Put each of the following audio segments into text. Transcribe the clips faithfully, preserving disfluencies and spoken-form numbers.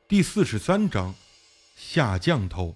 第四十三章下降头。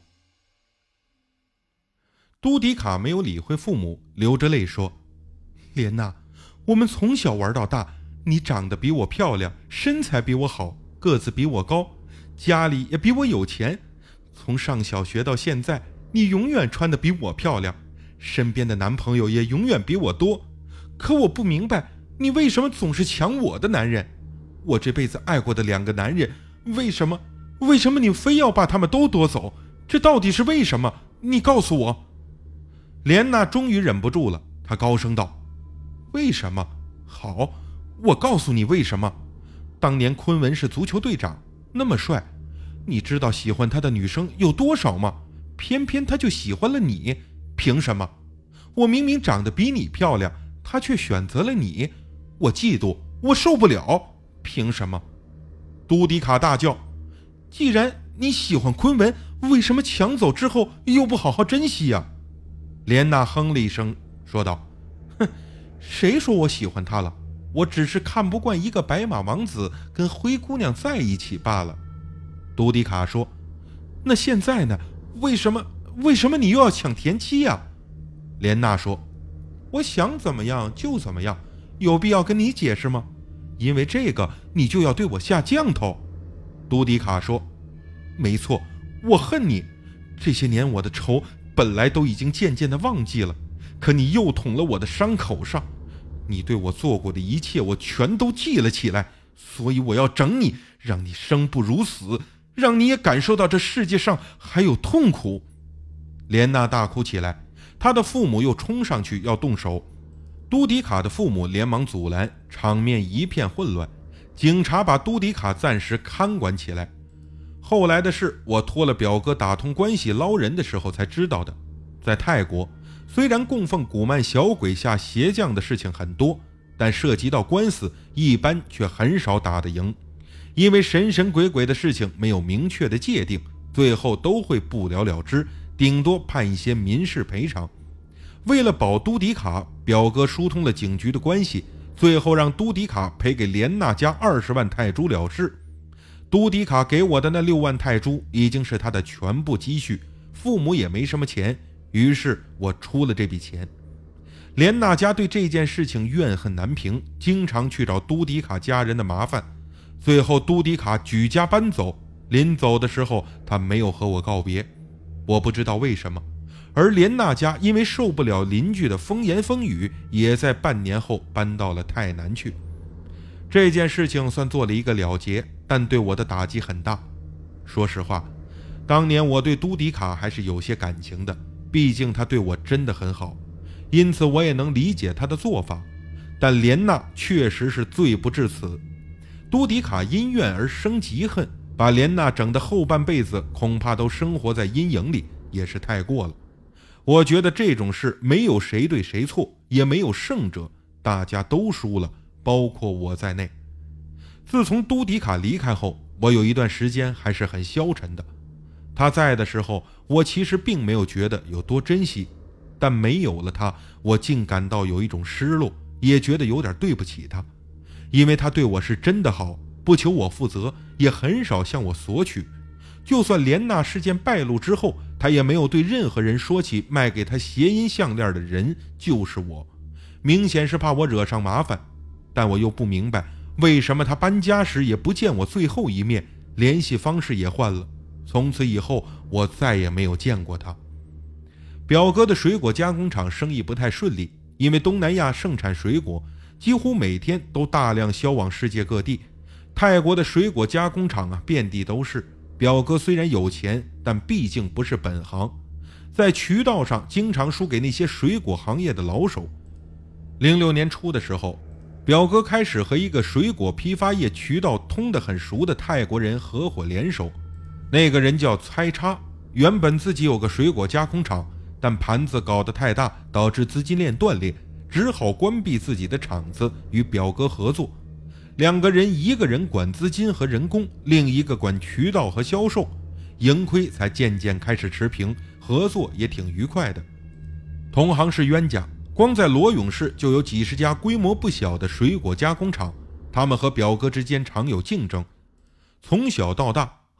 都迪卡没有理会父母，流着泪说：莲娜，我们从小玩到大，你长得比我漂亮，身材比我好，个子比我高，家里也比我有钱。从上小学到现在，你永远穿得比我漂亮，身边的男朋友也永远比我多。可我不明白，你为什么总是抢我的男人？我这辈子爱过的两个男人，为什么为什么你非要把他们都夺走？这到底是为什么？你告诉我。莲娜终于忍不住了，她高声道：为什么？好，我告诉你为什么。当年昆文是足球队长，那么帅，你知道喜欢他的女生有多少吗？偏偏他就喜欢了你，凭什么？我明明长得比你漂亮，他却选择了你，我嫉妒，我受不了，凭什么？都迪卡大叫：既然你喜欢昆文，为什么抢走之后又不好好珍惜呀？莲娜哼了一声说道：哼，谁说我喜欢他了？我只是看不惯一个白马王子跟灰姑娘在一起罢了。都迪卡说：那现在呢？为什么为什么你又要抢田七呀？莲娜说：我想怎么样就怎么样，有必要跟你解释吗？因为这个你就要对我下降头。都迪卡说：没错，我恨你，这些年我的仇本来都已经渐渐的忘记了，可你又捅了我的伤口上，你对我做过的一切我全都记了起来，所以我要整你，让你生不如死，让你也感受到这世界上还有痛苦。莲娜大哭起来，她的父母又冲上去要动手，都迪卡的父母连忙阻拦，场面一片混乱，警察把都迪卡暂时看管起来。后来的事我托了表哥打通关系捞人的时候才知道的。在泰国，虽然供奉古曼小鬼下邪将的事情很多，但涉及到官司一般却很少打得赢，因为神神鬼鬼的事情没有明确的界定，最后都会不了了之，顶多判一些民事赔偿。为了保都迪卡，表哥疏通了警局的关系，最后让都迪卡赔给莲娜家二十万泰铢了事。都迪卡给我的那六万泰铢已经是他的全部积蓄，父母也没什么钱，于是我出了这笔钱。莲娜家对这件事情怨恨难平，经常去找都迪卡家人的麻烦，最后都迪卡举家搬走，临走的时候他没有和我告别，我不知道为什么。而莲娜家因为受不了邻居的风言风语，也在半年后搬到了泰南去。这件事情算做了一个了结，但对我的打击很大。说实话，当年我对都迪卡还是有些感情的，毕竟他对我真的很好，因此我也能理解他的做法。但莲娜确实是罪不至此，都迪卡因怨而生嫉恨，把莲娜整的后半辈子恐怕都生活在阴影里，也是太过了。我觉得这种事没有谁对谁错，也没有胜者，大家都输了，包括我在内。自从都迪卡离开后，我有一段时间还是很消沉的。他在的时候，我其实并没有觉得有多珍惜，但没有了他，我竟感到有一种失落，也觉得有点对不起他，因为他对我是真的好，不求我负责，也很少向我索取。就算莲娜事件败露之后，他也没有对任何人说起卖给他谐音项链的人就是我，明显是怕我惹上麻烦。但我又不明白，为什么他搬家时也不见我最后一面，联系方式也换了，从此以后我再也没有见过他。表哥的水果加工厂生意不太顺利，因为东南亚盛产水果，几乎每天都大量销往世界各地。泰国的水果加工厂啊，遍地都是。表哥虽然有钱，但毕竟不是本行，在渠道上经常输给那些水果行业的老手。零六年初的时候，表哥开始和一个水果批发业渠道通得很熟的泰国人合伙联手。那个人叫猜叉，原本自己有个水果加工厂，但盘子搞得太大，导致资金链断裂，只好关闭自己的厂子，与表哥合作。两个人，一个人管资金和人工，另一个管渠道和销售，盈亏才渐渐开始持平，合作也挺愉快的。同行是冤家，光在罗永市就有几十家规模不小的水果加工厂，他们和表哥之间常有竞争。从小到大，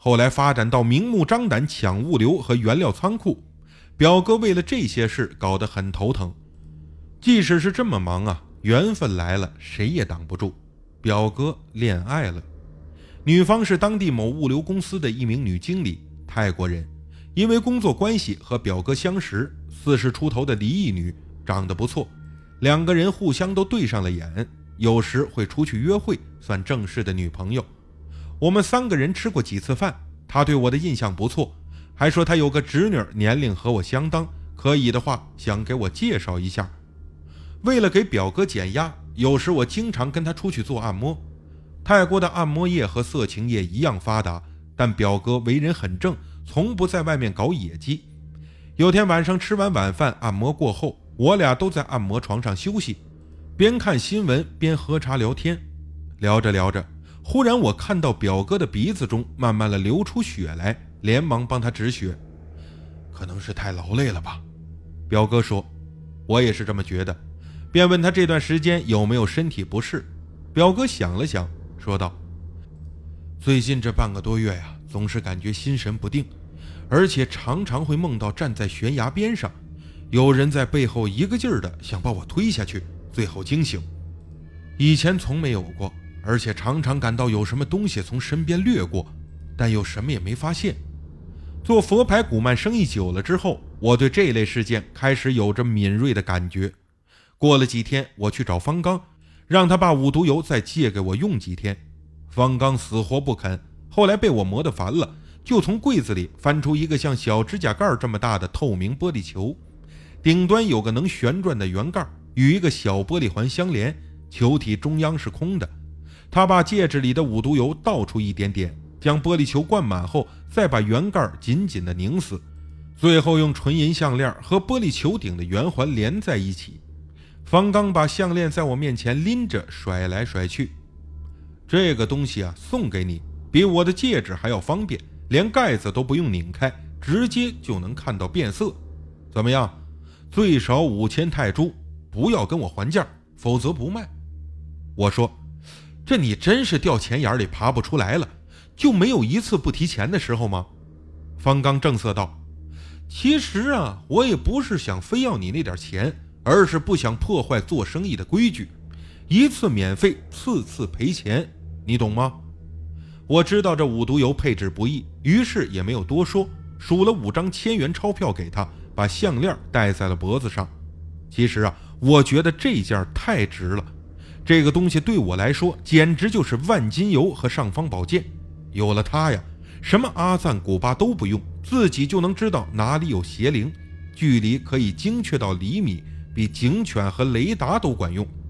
后来发展到明目张胆抢物流和原料仓库，表哥为了这些事搞得很头疼。即使是这么忙啊，缘分来了谁也挡不住。表哥恋爱了，女方是当地某物流公司的一名女经理，泰国人，因为工作关系和表哥相识，四十出头的离异女，长得不错，两个人互相都对上了眼，有时会出去约会，算正式的女朋友。我们三个人吃过几次饭，她对我的印象不错，还说她有个侄女年龄和我相当，可以的话想给我介绍一下。为了给表哥减压，有时我经常跟他出去做按摩。泰国的按摩业和色情业一样发达，但表哥为人很正，从不在外面搞野鸡。有天晚上吃完晚饭，按摩过后，我俩都在按摩床上休息，边看新闻边喝茶聊天。聊着聊着，忽然我看到表哥的鼻子中慢慢的流出血来，连忙帮他止血。可能是太劳累了吧，表哥说。我也是这么觉得，便问他这段时间有没有身体不适。表哥想了想，说道：最近这半个多月呀，总是感觉心神不定，而且常常会梦到站在悬崖边上，有人在背后一个劲儿的想把我推下去，最后惊醒。以前从没有过，而且常常感到有什么东西从身边掠过，但又什么也没发现。做佛牌古曼生意久了之后，我对这类事件开始有着敏锐的感觉。过了几天，我去找方刚，让他把五毒油再借给我用几天。方刚死活不肯，后来被我磨得烦了，就从柜子里翻出一个像小指甲盖这么大的透明玻璃球，顶端有个能旋转的圆盖，与一个小玻璃环相连，球体中央是空的。他把戒指里的五毒油倒出一点点，将玻璃球灌满后，再把圆盖紧紧地拧死，最后用纯银项链和玻璃球顶的圆环连在一起。方刚把项链在我面前拎着甩来甩去。这个东西啊，送给你，比我的戒指还要方便，连盖子都不用拧开，直接就能看到变色。怎么样？最少五千泰铢，不要跟我还价，否则不卖。我说，这你真是掉钱眼里爬不出来了，就没有一次不提钱的时候吗？方刚正色道：其实啊，我也不是想非要你那点钱，而是不想破坏做生意的规矩，一次免费，次次赔钱，你懂吗？我知道这五毒油配置不易，于是也没有多说，数了五张千元钞票给他，把项链戴在了脖子上。其实啊，我觉得这件太值了，这个东西对我来说简直就是万金油和尚方宝剑。有了它呀，什么阿赞古巴都不用，自己就能知道哪里有邪灵，距离可以精确到厘米，比警犬和雷达都管用。